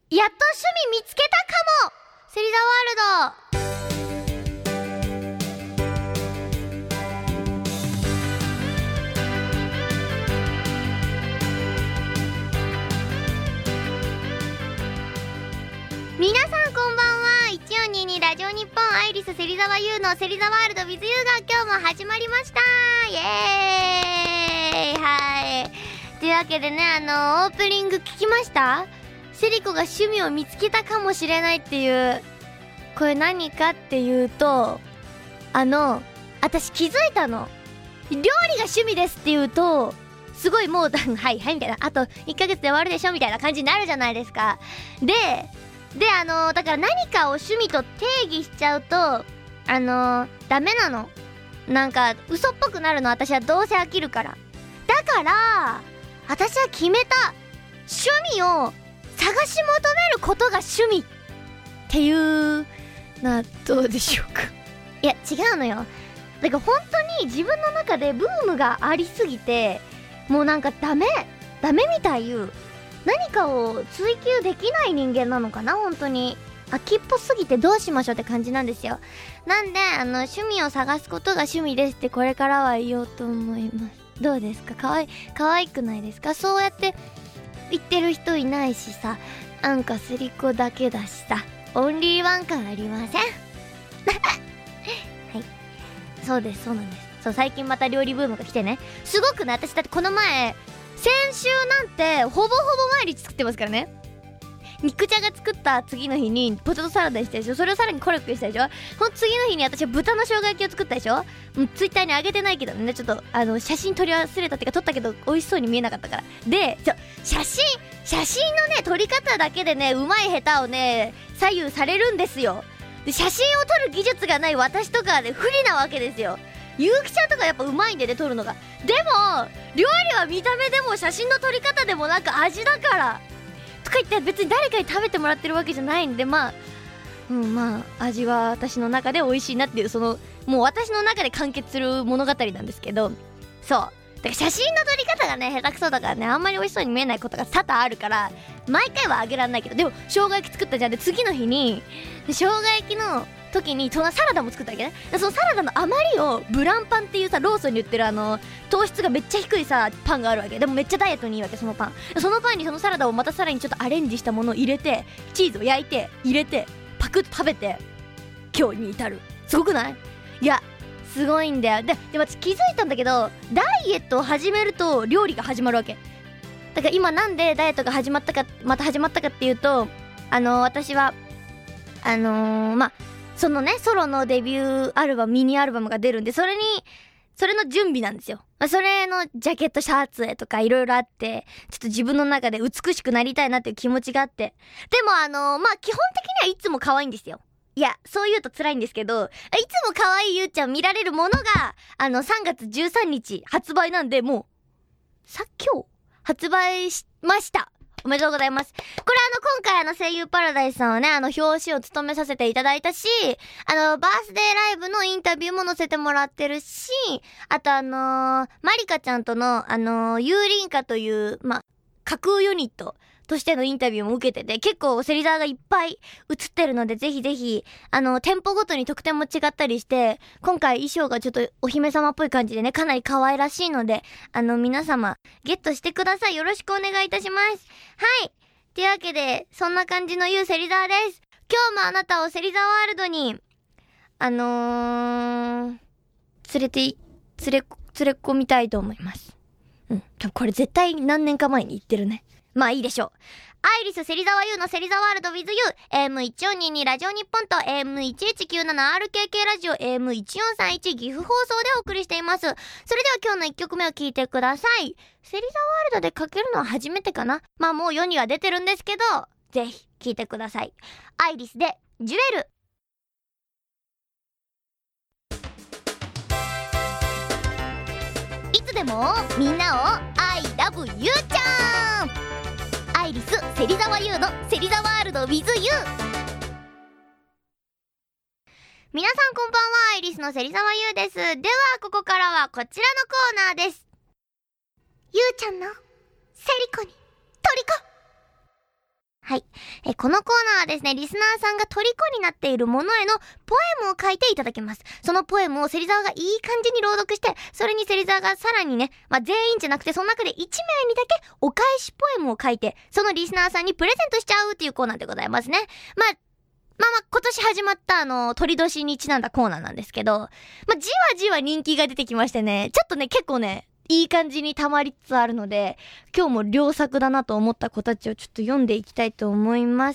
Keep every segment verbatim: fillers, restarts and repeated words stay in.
やっと趣味見つけたかも。セリザワールド。皆さんこんばんは。いちよんにーにーラジオ日本アイリス芹沢優のセリザワールド with you が今日も始まりました。イエーイ。はい、というわけでね、あのオープニング聞きました？セリコが趣味を見つけたかもしれないっていう。これ何かっていうと、あの私気づいたの。料理が趣味ですっていうとすごいもうはいはいみたいな、あといっかげつで終わるでしょみたいな感じになるじゃないですか。でであのー、だから何かを趣味と定義しちゃうとあのー、ダメなの。なんか嘘っぽくなるの。私はどうせ飽きるから。だから私は決めた。趣味を探し求めることが趣味っていうな。どうでしょうか。いや違うのよ。だから本当に自分の中でブームがありすぎてもうなんかダメダメみたい。いう何かを追求できない人間なのかな。本当に秋っぽすぎてどうしましょうって感じなんですよ。なんであの趣味を探すことが趣味ですってこれからは言おうと思います。どうですか。かわいかわいくないですか。そうやって言ってる人いないしさ、なんかスリコだけだしさ、オンリーワン感ありませんはい、そうです、そうなんです。そう、最近また料理ブームが来てね、すごくね。私だってこの前先週なんてほぼほぼ毎日作ってますからね。肉ちゃんが作った次の日にポテトサラダにしたでしょ。それをさらにコロッケしたでしょ。ほん次の日に私は豚の生姜焼きを作ったでしょ。もうツイッターに上げてないけどね、ちょっとあの写真撮り忘れたっていうか撮ったけど美味しそうに見えなかったから。でちょ写真写真のね撮り方だけでねうまい下手をね左右されるんですよ。で写真を撮る技術がない私とかはね不利なわけですよ。ゆうきちゃんとかやっぱうまいんでね撮るのが。でも料理は見た目でも写真の撮り方でもなんか味だからとか言って別に誰かに食べてもらってるわけじゃないんで、まあうんまあ味は私の中で美味しいなっていう、そのもう私の中で完結する物語なんですけど、そうだから写真の撮り方がね下手くそだからねあんまり美味しそうに見えないことが多々あるから毎回はあげられないけど、でも生姜焼き作ったじゃん。で次の日に生姜焼きの時にそのサラダも作ったわけね。そのサラダの余りをブランパンっていうさローソンに売ってるあの糖質がめっちゃ低いさパンがあるわけでもめっちゃダイエットにいいわけ。そのパンそのパンにそのサラダをまたさらにちょっとアレンジしたものを入れてチーズを焼いて入れてパクッと食べて今日に至る。すごくない？いやすごいんだよ。ででも私気づいたんだけどダイエットを始めると料理が始まるわけだから。今なんでダイエットが始まったかまた始まったかっていうとあのー、私はあのー、まあそのねソロのデビューアルバムミニアルバムが出るんでそれにそれの準備なんですよ。まあ、それのジャケットシャツとかいろいろあってちょっと自分の中で美しくなりたいなっていう気持ちがあって、でもあのー、まあ基本的にはいつも可愛いんですよ。いやそう言うと辛いんですけどいつも可愛いゆうちゃん見られるものがあのさんがつじゅうさんにち発売なんで、もうさ今日発売しました。おめでとうございます。これあの今回あの声優パラダイスさんはねあの表紙を務めさせていただいたし、あのバースデーライブのインタビューも載せてもらってるし、あとあのー、マリカちゃんとのあのー、ユーリンカというまあ架空ユニットとしてのインタビューも受けてて結構セリザーがいっぱい映ってるのでぜひぜひあの店舗ごとに特典も違ったりして今回衣装がちょっとお姫様っぽい感じでねかなり可愛らしいのであの皆様ゲットしてください。よろしくお願いいたします。はいというわけでそんな感じのゆうセリザーです。今日もあなたをセリザーワールドにあのー、連れて連れ連れ込みたいと思います。うんこれ絶対何年か前に言ってるね。まあいいでしょう。アイリス芹沢優のセリザワールド with you エーエムいちよんにーにー ラジオ日本と エーエムいちいちきゅうななアールケーケー ラジオ エーエムいちよんさんいち 岐阜放送でお送りしています。それでは今日のいっきょくめを聞いてください。セリザワールドでかけるのは初めてかな。まあもう世には出てるんですけどぜひ聞いてください。アイリスでジュエル。いつでもみんなを I love you ちゃん。アイリス芹沢優のセリザワールド with you。 皆さんこんばんは。アイリスの芹沢優です。ではここからはこちらのコーナーです。ゆうちゃんのセリコにトリコ。 はい。え、このコーナーはですね、リスナーさんが虜になっているものへのポエムを書いていただきます。そのポエムを芹沢がいい感じに朗読して、それに芹沢がさらにね、まあ、全員じゃなくてその中でいちめいにだけお返しポエムを書いて、そのリスナーさんにプレゼントしちゃうっていうコーナーでございますね。まあ、まあまあ、今年始まったあの、鳥年にちなんだコーナーなんですけど、まあ、じわじわ人気が出てきましてね、ちょっとね、結構ね、いい感じに溜まりつつあるので、今日も良作だなと思った子たちをちょっと読んでいきたいと思います。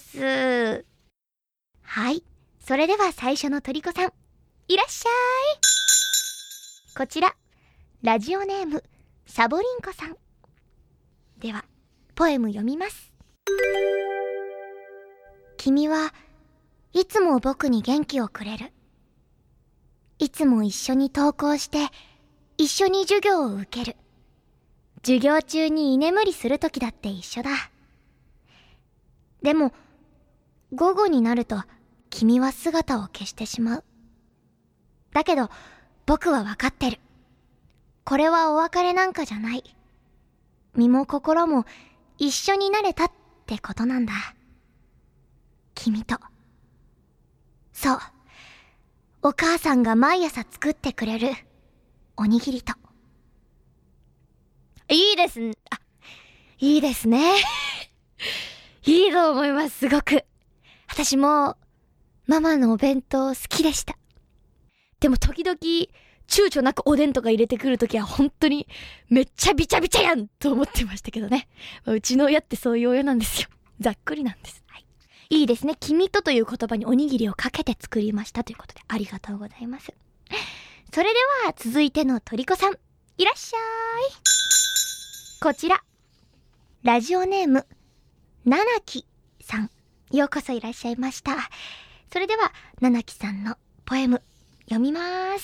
はい。それでは最初のトリコさん、いらっしゃい。こちら、ラジオネーム、サボリンコさん。では、ポエム読みます。君はいつも僕に元気をくれる。いつも一緒に登校して、一緒に授業を受ける。授業中に居眠りするときだって一緒だ。でも、午後になると君は姿を消してしまう。だけど、僕はわかってる。これはお別れなんかじゃない。身も心も一緒になれたってことなんだ。君と。そう。お母さんが毎朝作ってくれる。おにぎりと。いいですね。あ、いいですね。いいと思います、すごく。私も、ママのお弁当好きでした。でも時々、躊躇なくおでんとか入れてくるときは本当に、めっちゃビチャビチャやんと思ってましたけどね。まあ、うちの親ってそういう親なんですよ。ざっくりなんです。はい。いいですね。君とという言葉におにぎりをかけて作りましたということで、ありがとうございます。それでは続いてのトリコさん、いらっしゃい。こちら、ラジオネームななきさん、ようこそいらっしゃいました。それではななきさんのポエム読みます。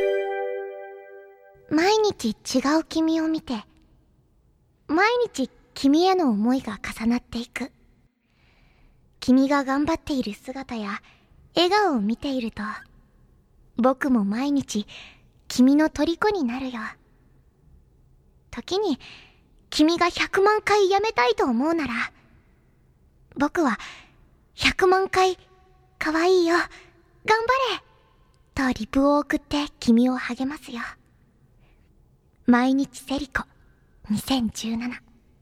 毎日違う君を見て、毎日君への思いが重なっていく。君が頑張っている姿や笑顔を見ていると、僕も毎日君の虜になるよ。時に君がひゃくまんかいやめたいと思うなら、僕はひゃくまんかいかわいいよ、頑張れとリプを送って君を励ますよ。毎日セリコにせんじゅうなな。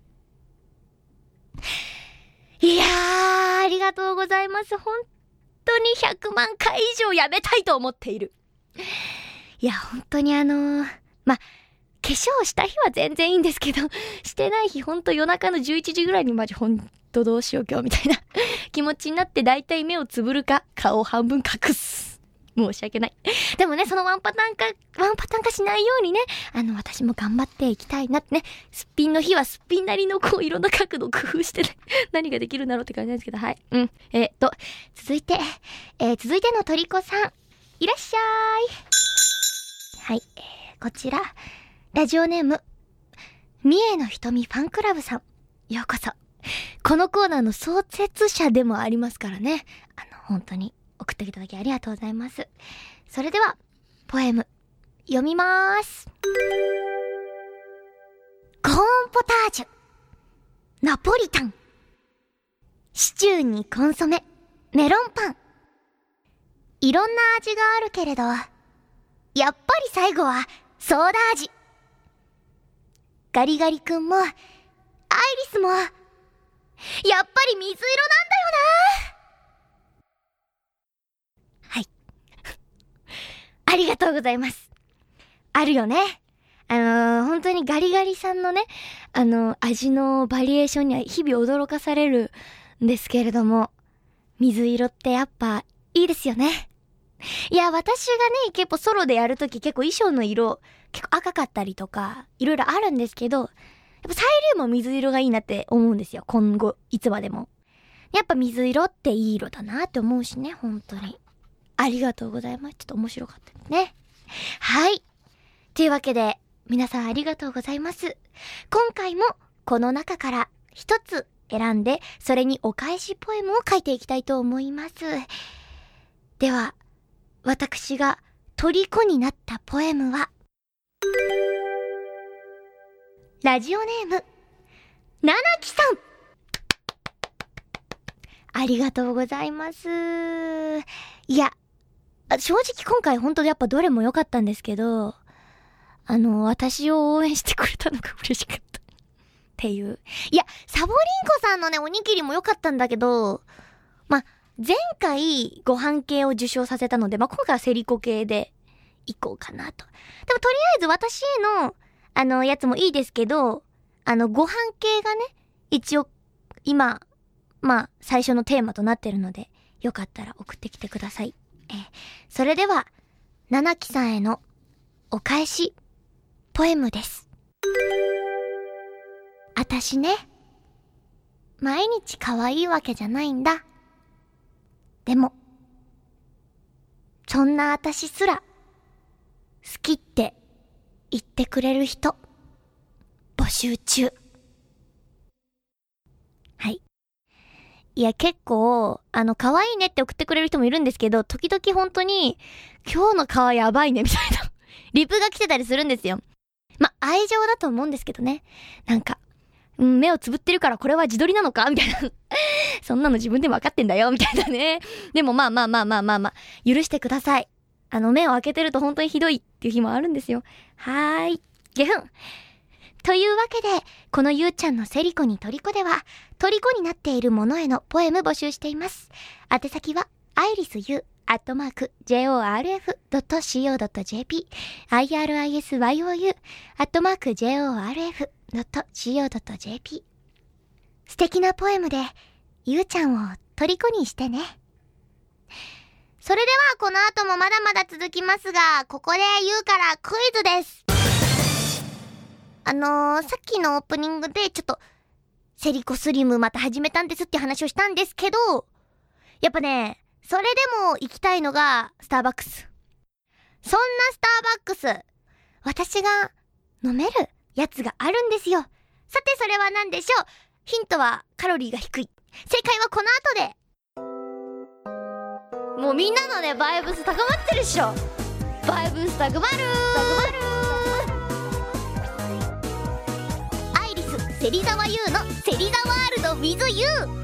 いやー、ありがとうございます。本当にひゃくまんかい以上やめたいと思っている。いや、本当にあのー、ま、化粧した日は全然いいんですけど、してない日ほんと夜中のじゅういちじぐらいにマジほんとどうしよう今日みたいな気持ちになって、だいたい目をつぶるか顔を半分隠す。申し訳ない。でもね、そのワンパターンか、ワンパターン化しないようにね、あの、私も頑張っていきたいなってね、すっぴんの日はすっぴんなりのこう、いろんな角度を工夫してね、何ができるんだろうって感じなんですけど、はい。うん。えー、っと、続いて、えー、続いてのトリコさん、いらっしゃい。はい、えー、こちら、ラジオネーム、三重の瞳ファンクラブさん、ようこそ。このコーナーの創設者でもありますからね。あの、本当に送っていただきありがとうございます。それでは、ポエム、読みまーす。コーンポタージュ、ナポリタン、シチューにコンソメ、メロンパン。いろんな味があるけれど、やっぱり最後はソーダ味。ガリガリ君もアイリスもやっぱり水色なんだよな。はいありがとうございます。あるよね。あのー、本当にガリガリさんのね、あのー、味のバリエーションには日々驚かされるんですけれども、水色ってやっぱいいですよね。いや、私がね、結構ソロでやるとき結構衣装の色、結構赤かったりとか、いろいろあるんですけど、やっぱサイリウムも水色がいいなって思うんですよ。今後、いつまでも。やっぱ水色っていい色だなって思うしね、本当に。ありがとうございます。ちょっと面白かったですね。はい。というわけで、皆さんありがとうございます。今回もこの中から一つ選んで、それにお返しポエムを書いていきたいと思います。では、私が虜になったポエムは、ラジオネーム、ななきさん。 ありがとうございます。いや、正直今回本当にやっぱどれも良かったんですけど、あの、私を応援してくれたのが嬉しかった。っていう。いや、サボリンコさんのね、おにぎりも良かったんだけど、まあ、前回ご飯系を受賞させたので、まあ、今回はセリコ系でいこうかなと。でもとりあえず私への、あの、やつもいいですけど、あの、ご飯系がね、一応、今、まあ、最初のテーマとなってるので、よかったら送ってきてください。えー、それでは、七木さんへのお返し、ポエムです。あたしね、毎日可愛いわけじゃないんだ。でも、そんなあたしすら、好きって言ってくれる人、募集中。はい。いや、結構、あの、可愛いねって送ってくれる人もいるんですけど、時々本当に、今日の顔やばいねみたいな、リプが来てたりするんですよ。ま、愛情だと思うんですけどね。なんか、うん、目をつぶってるからこれは自撮りなのかみたいな。そんなの自分でも分かってんだよみたいなね。でもまあまあまあまあまあまあ、許してください。あの、目を開けてると本当にひどいっていう日もあるんですよ。はーい。ゲフン。というわけで、このゆうちゃんのセリコにトリコでは、トリコになっているものへのポエム募集しています。宛先は、アイリスユー、アットマーク、ジョーアールエフドットシーオードットジェーピー、アイアールアイエスワイオーユー、アットマーク、ジョーアールエフドットシーオードットジェーピー。素敵なポエムで、ゆうちゃんをトリコにしてね。それでは、この後もまだまだ続きますが、ここでゆうからクイズです。あのー、さっきのオープニングでちょっとセリコスリムまた始めたんですって話をしたんですけど、やっぱね、それでも行きたいのがスターバックス。そんなスターバックス、私が飲めるやつがあるんですよ。さてそれは何でしょう。ヒントはカロリーが低い。正解はこの後で。もうみんなのね、バイブス高まってるっしょ。バイブス高まる高まる。芹沢優のセリザワールド with you。 キャラメルフラペチーノ食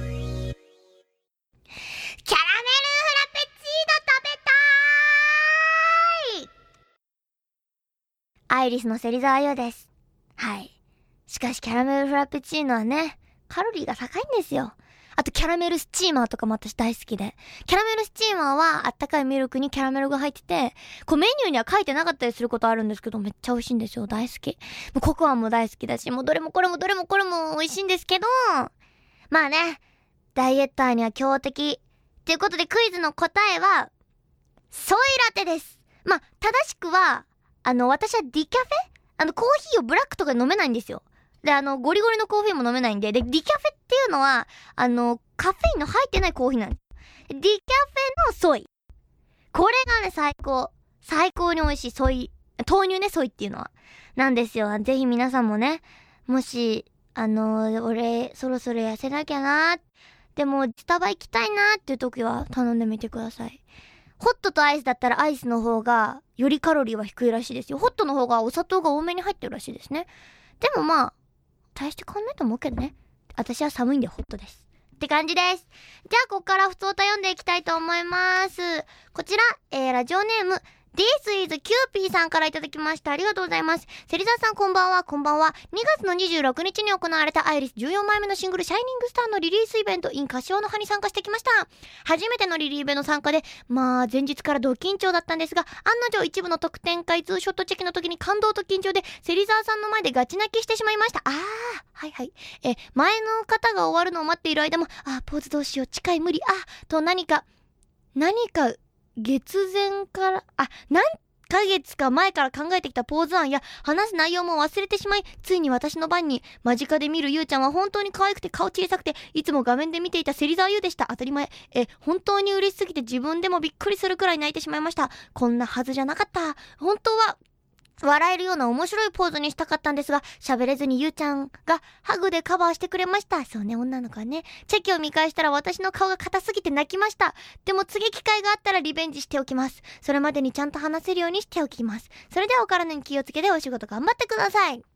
べたーい。アイリスの芹沢優です。はい。しかしキャラメルフラペチーノはね、カロリーが高いんですよ。あとキャラメルスチーマーとかも私大好きで、キャラメルスチーマーはあったかいミルクにキャラメルが入ってて、こうメニューには書いてなかったりすることあるんですけど、めっちゃ美味しいんですよ。大好き。もうココアも大好きだし、もうどれもこれもどれもこれも美味しいんですけど、まあね、ダイエッターには強敵っていうことで、クイズの答えはソイラテです。まあ正しくは、あの私はディキャフェ、あのコーヒーをブラックとかで飲めないんですよ。で、あの、ゴリゴリのコーヒーも飲めないんで、で、ディキャフェっていうのは、あの、カフェインの入ってないコーヒーなんです。ディキャフェのソイ。これがね、最高。最高に美味しいソイ、豆乳ね、ソイっていうのは。なんですよ。ぜひ皆さんもね、もし、あの、俺、そろそろ痩せなきゃな、でも、スタバ行きたいなっていう時は頼んでみてください。ホットとアイスだったらアイスの方が、よりカロリーは低いらしいですよ。ホットの方がお砂糖が多めに入ってるらしいですね。でもまあ、大して変わんないと思うけどね。私は寒いんでホットです。って感じです。じゃあ、ここから普通歌読んでいきたいと思います。こちら、えー、ラジオネーム、This is キューピーさんからいただきました。ありがとうございます。芹沢さんこんばんは、こんばんは。にがつのにじゅうろくにちに行われたアイリスじゅうよんまいめのシングル、シャイニングスターのリリースイベント in 柏の葉に参加してきました。初めてのリリーベの参加で、まあ、前日からド緊張だったんですが、案の定一部の特典会ツーショットチェキの時に感動と緊張で、芹沢さんの前でガチ泣きしてしまいました。あー、はいはい。え、前の方が終わるのを待っている間も、あー、ポーズどうしよう、近い無理、あー、と何か、何か、月前から、あ、何ヶ月か前から考えてきたポーズ案や話す内容も忘れてしまい、ついに私の番に間近で見るゆうちゃんは本当に可愛くて顔小さくて、いつも画面で見ていた芹沢優でした。当たり前。え、本当に嬉しすぎて自分でもびっくりするくらい泣いてしまいました。こんなはずじゃなかった。本当は笑えるような面白いポーズにしたかったんですが、喋れずにゆうちゃんがハグでカバーしてくれました。そうね、女の子はね。チェキを見返したら私の顔が硬すぎて泣きました。でも次機会があったらリベンジしておきます。それまでにちゃんと話せるようにしておきます。それではお体に気をつけてお仕事頑張ってください。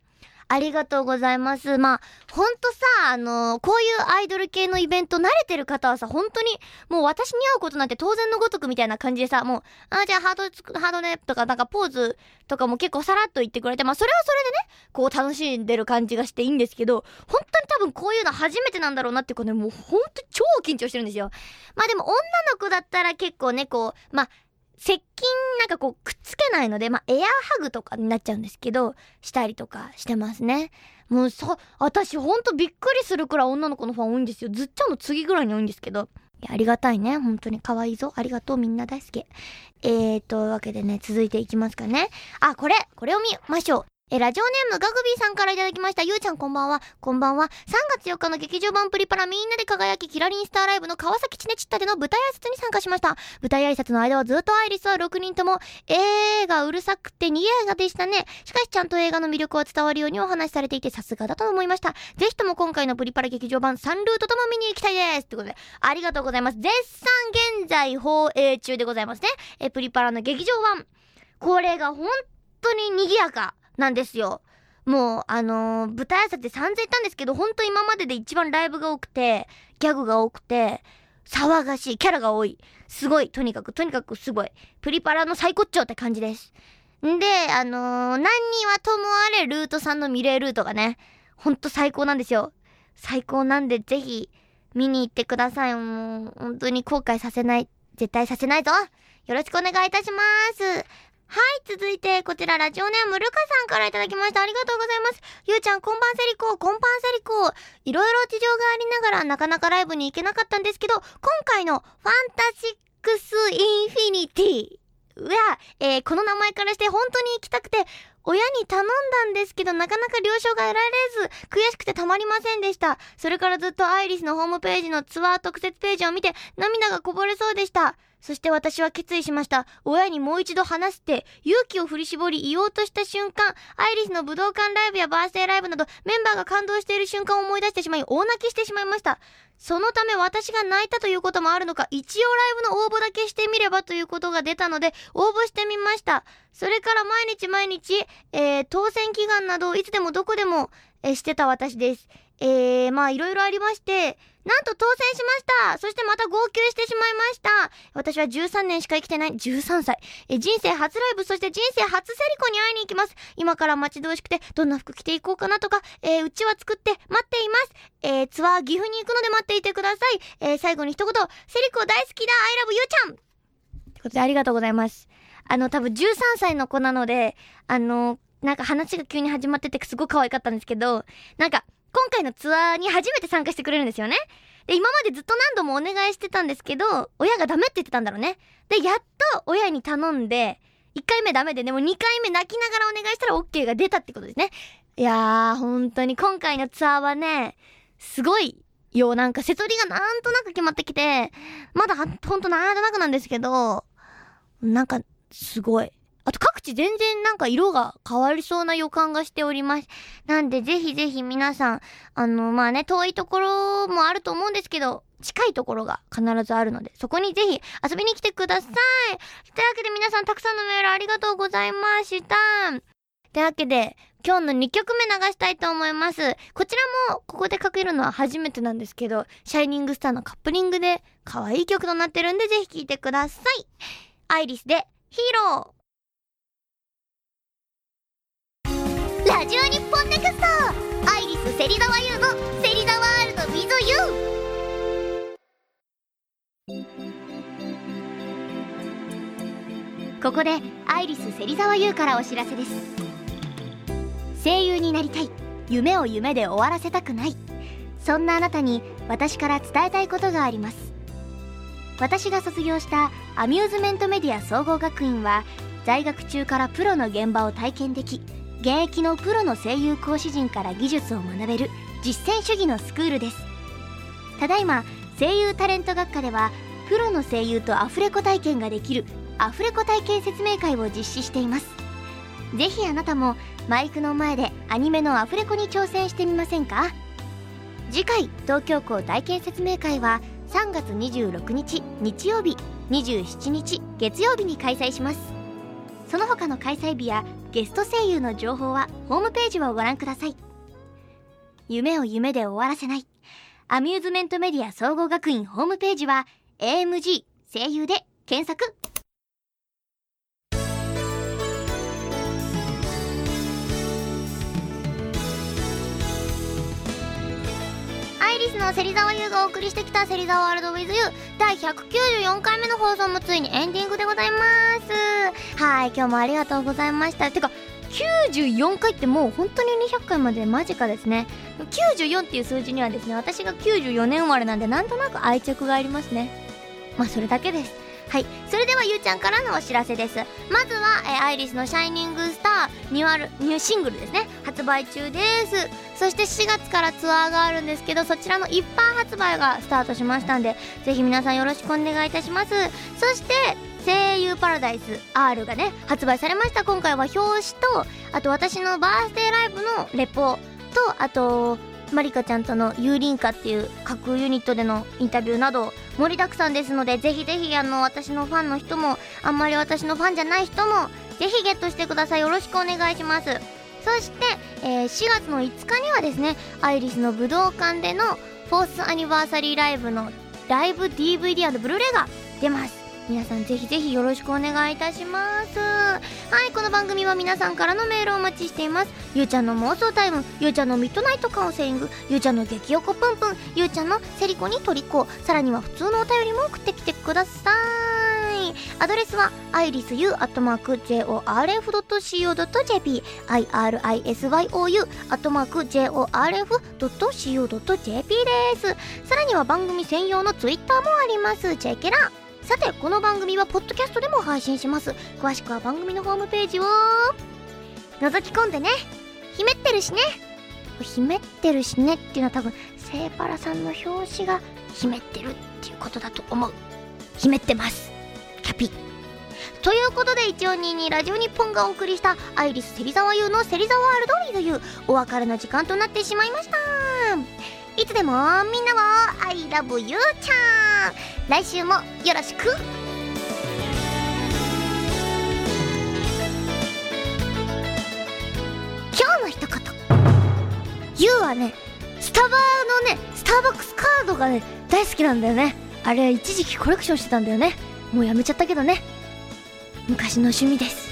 ありがとうございます。まあほんとさ、あのー、こういうアイドル系のイベント慣れてる方はさ、本当にもう私に会うことなんて当然のごとくみたいな感じでさ、もうあじゃあハードつくハードねとかなんかポーズとかも結構さらっと言ってくれて、まあそれはそれでねこう楽しんでる感じがしていいんですけど、本当に多分こういうの初めてなんだろうなっていうかね、もうほんと超緊張してるんですよ。まあでも女の子だったら結構ねこうまあ接近なんかこうくっつけないので、まあエアハグとかになっちゃうんですけど、したりとかしてますね。もうさ、私ほんとびっくりするくらい女の子のファン多いんですよ。ずっちゃんの次ぐらいに多いんですけど、いやありがたいね、本当に可愛いぞ、ありがとう、みんな大好き。えーというわけでね、続いていきますかね。あ、これこれを見ましょう。え、ラジオネームガグビーさんからいただきました。ゆうちゃんこんばんは。こんばんは。さんがつよっかの劇場版プリパラみんなで輝きキラリンスターライブの川崎チネチッタでの舞台挨拶に参加しました。舞台挨拶の間はずっとアイリスはろくにんとも映画うるさくて賑やかでしたね。しかしちゃんと映画の魅力は伝わるようにお話しされていてさすがだと思いました。ぜひとも今回のプリパラ劇場版さんルートとも見に行きたいです。ということで、ありがとうございます。絶賛現在放映中でございますね。え、プリパラの劇場版。これが本当に賑やかなんですよ。もうあのー、舞台挨拶で散々言ったんですけど、ほんと今までで一番ライブが多くてギャグが多くて騒がしい、キャラが多い、すごい、とにかくとにかくすごいプリパラの最高潮って感じです。んであのー、何にはともあれルートさんのミレールートがねほんと最高なんですよ。最高なんでぜひ見に行ってください。もう本当に後悔させない、絶対させないぞ。よろしくお願いいたします。はい、続いてこちらラジオネームルカさんからいただきました。ありがとうございます。ゆうちゃんこんばんセリコ、こんばんセリコ。いろいろ事情がありながらなかなかライブに行けなかったんですけど、今回のファンタシックスインフィニティは、えー、この名前からして本当に行きたくて親に頼んだんですけど、なかなか了承が得られず悔しくてたまりませんでした。それからずっとアイリスのホームページのツアー特設ページを見て涙がこぼれそうでした。そして私は決意しました。親にもう一度話して勇気を振り絞り言おうとした瞬間、アイリスの武道館ライブやバースデーライブなどメンバーが感動している瞬間を思い出してしまい大泣きしてしまいました。そのため私が泣いたということもあるのか、一応ライブの応募だけしてみればということが出たので応募してみました。それから毎日毎日、えー、当選祈願などをいつでもどこでも、えー、してた私です。えー、まあいろいろありまして、なんと当選しました。そしてまた号泣してしまいました。私はじゅうさんねんしか生きてないじゅうさんさい。え人生初ライブ、そして人生初セリコに会いに行きます。今から待ち遠しくてどんな服着ていこうかなとか、えー、うちわ作って待っています。えー、ツアー岐阜に行くので待っていてください。えー、最後に一言、セリコ大好きだ I love you ちゃんってことでありがとうございます。あの多分じゅうさんさいの子なので、あのなんか話が急に始まっててすごい可愛かったんですけど、なんか今回のツアーに初めて参加してくれるんですよね。で、今までずっと何度もお願いしてたんですけど、親がダメって言ってたんだろうね。で、やっと親に頼んで、いっかいめダメで、でもにかいめ泣きながらお願いしたら OK が出たってことですね。いやー、本当に今回のツアーはね、すごいよ。なんか、セトリがなんとなく決まってきて、まだほんとなんとなくなんですけど、なんか、すごい。あと各地全然なんか色が変わりそうな予感がしております。なんでぜひぜひ皆さん、あのまあね、遠いところもあると思うんですけど、近いところが必ずあるので、そこにぜひ遊びに来てください。というわけで皆さんたくさんのメールありがとうございました。というわけで今日のにきょくめ流したいと思います。こちらもここでかけるのは初めてなんですけど、シャイニングスターのカップリングで可愛い曲となってるんでぜひ聴いてください。アイリスでヒーロー。ラジオ日本ネクストアイリス芹沢優の芹沢ワールド with you。 ここでアイリス芹沢優からお知らせです。声優になりたい、夢を夢で終わらせたくない、そんなあなたに私から伝えたいことがあります。私が卒業したアミューズメントメディア総合学院は在学中からプロの現場を体験でき、現役のプロの声優講師陣から技術を学べる実践主義のスクールです。ただいま声優タレント学科ではプロの声優とアフレコ体験ができるアフレコ体験説明会を実施しています。ぜひあなたもマイクの前でアニメのアフレコに挑戦してみませんか。次回東京校体験説明会はさんがつにじゅうろくにち日曜日、にじゅうしちにち月曜日に開催します。 その他の開催日やゲスト声優の情報はホームページをご覧ください。夢を夢で終わらせない。アミューズメントメディア総合学院ホームページは エーエムジー 声優で検索。アイリスの芹沢優がお送りしてきた芹沢ワールドウィズユーだいひゃくきゅうじゅうよんかいめの放送もついにエンディングでございます。はい、今日もありがとうございました。てかきゅうじゅうよんかいってもう本当ににひゃっかいまで間近ですね。きゅうじゅうよんっていう数字にはですね、私がきゅうじゅうよねん生まれなんでなんとなく愛着がありますね。まあそれだけです。はい、それではゆうちゃんからのお知らせです。まずは、えー、アイリスのシャイニングスターニューアルニューシングルですね、発売中です。そしてしがつからツアーがあるんですけど、そちらの一般発売がスタートしましたんで、ぜひ皆さんよろしくお願いいたします。そして声優パラダイス R がね発売されました。今回は表紙と、あと私のバースデーライブのレポと、あとマリカちゃんとのユーリンカっていう架空ユニットでのインタビューなど盛りだくさんですので、ぜひぜひあの私のファンの人もあんまり私のファンじゃない人もぜひゲットしてください。よろしくお願いします。そして、えー、しがつのいつかにはですね、アイリスの武道館でのフォースアニバーサリーライブのライブ ディーブイディー& ブルーレイが出ます。皆さんぜひぜひよろしくお願いいたします。はい、この番組は皆さんからのメールをお待ちしています。ゆうちゃんの妄想タイム、ゆうちゃんのミッドナイトカウンセリング、ゆうちゃんの激横プンプン、ゆうちゃんのセリコにトリコ、さらには普通のお便りも送ってきてください。アドレスは アイリスユー アットマーク ジェイオーアールエフ ドット シーオー ドット ジェーピー アイアールアイエスワイオーユー アットマーク ジェイオーアールエフ ドット シーオー ドット ジェーピー です。さらには番組専用のツイッターもあります。チェケラ。さて、この番組はポッドキャストでも配信します。詳しくは番組のホームページを覗き込んでね。ひめってるしね。ひめってるしねっていうのは多分セーパラさんの表紙がひめってるっていうことだと思う。ひめってます。キャピ。ということで、いちよんにーにラジオ日本がお送りしたアイリス芹沢優の芹沢ワールドウィズユー、お別れの時間となってしまいました。いつでもみんなを I love you ちゃん。来週もよろしく。今日の一言。ユウはね、スタバのね、スターバックスカードがね大好きなんだよね。あれ一時期コレクションしてたんだよね。もうやめちゃったけどね。昔の趣味です。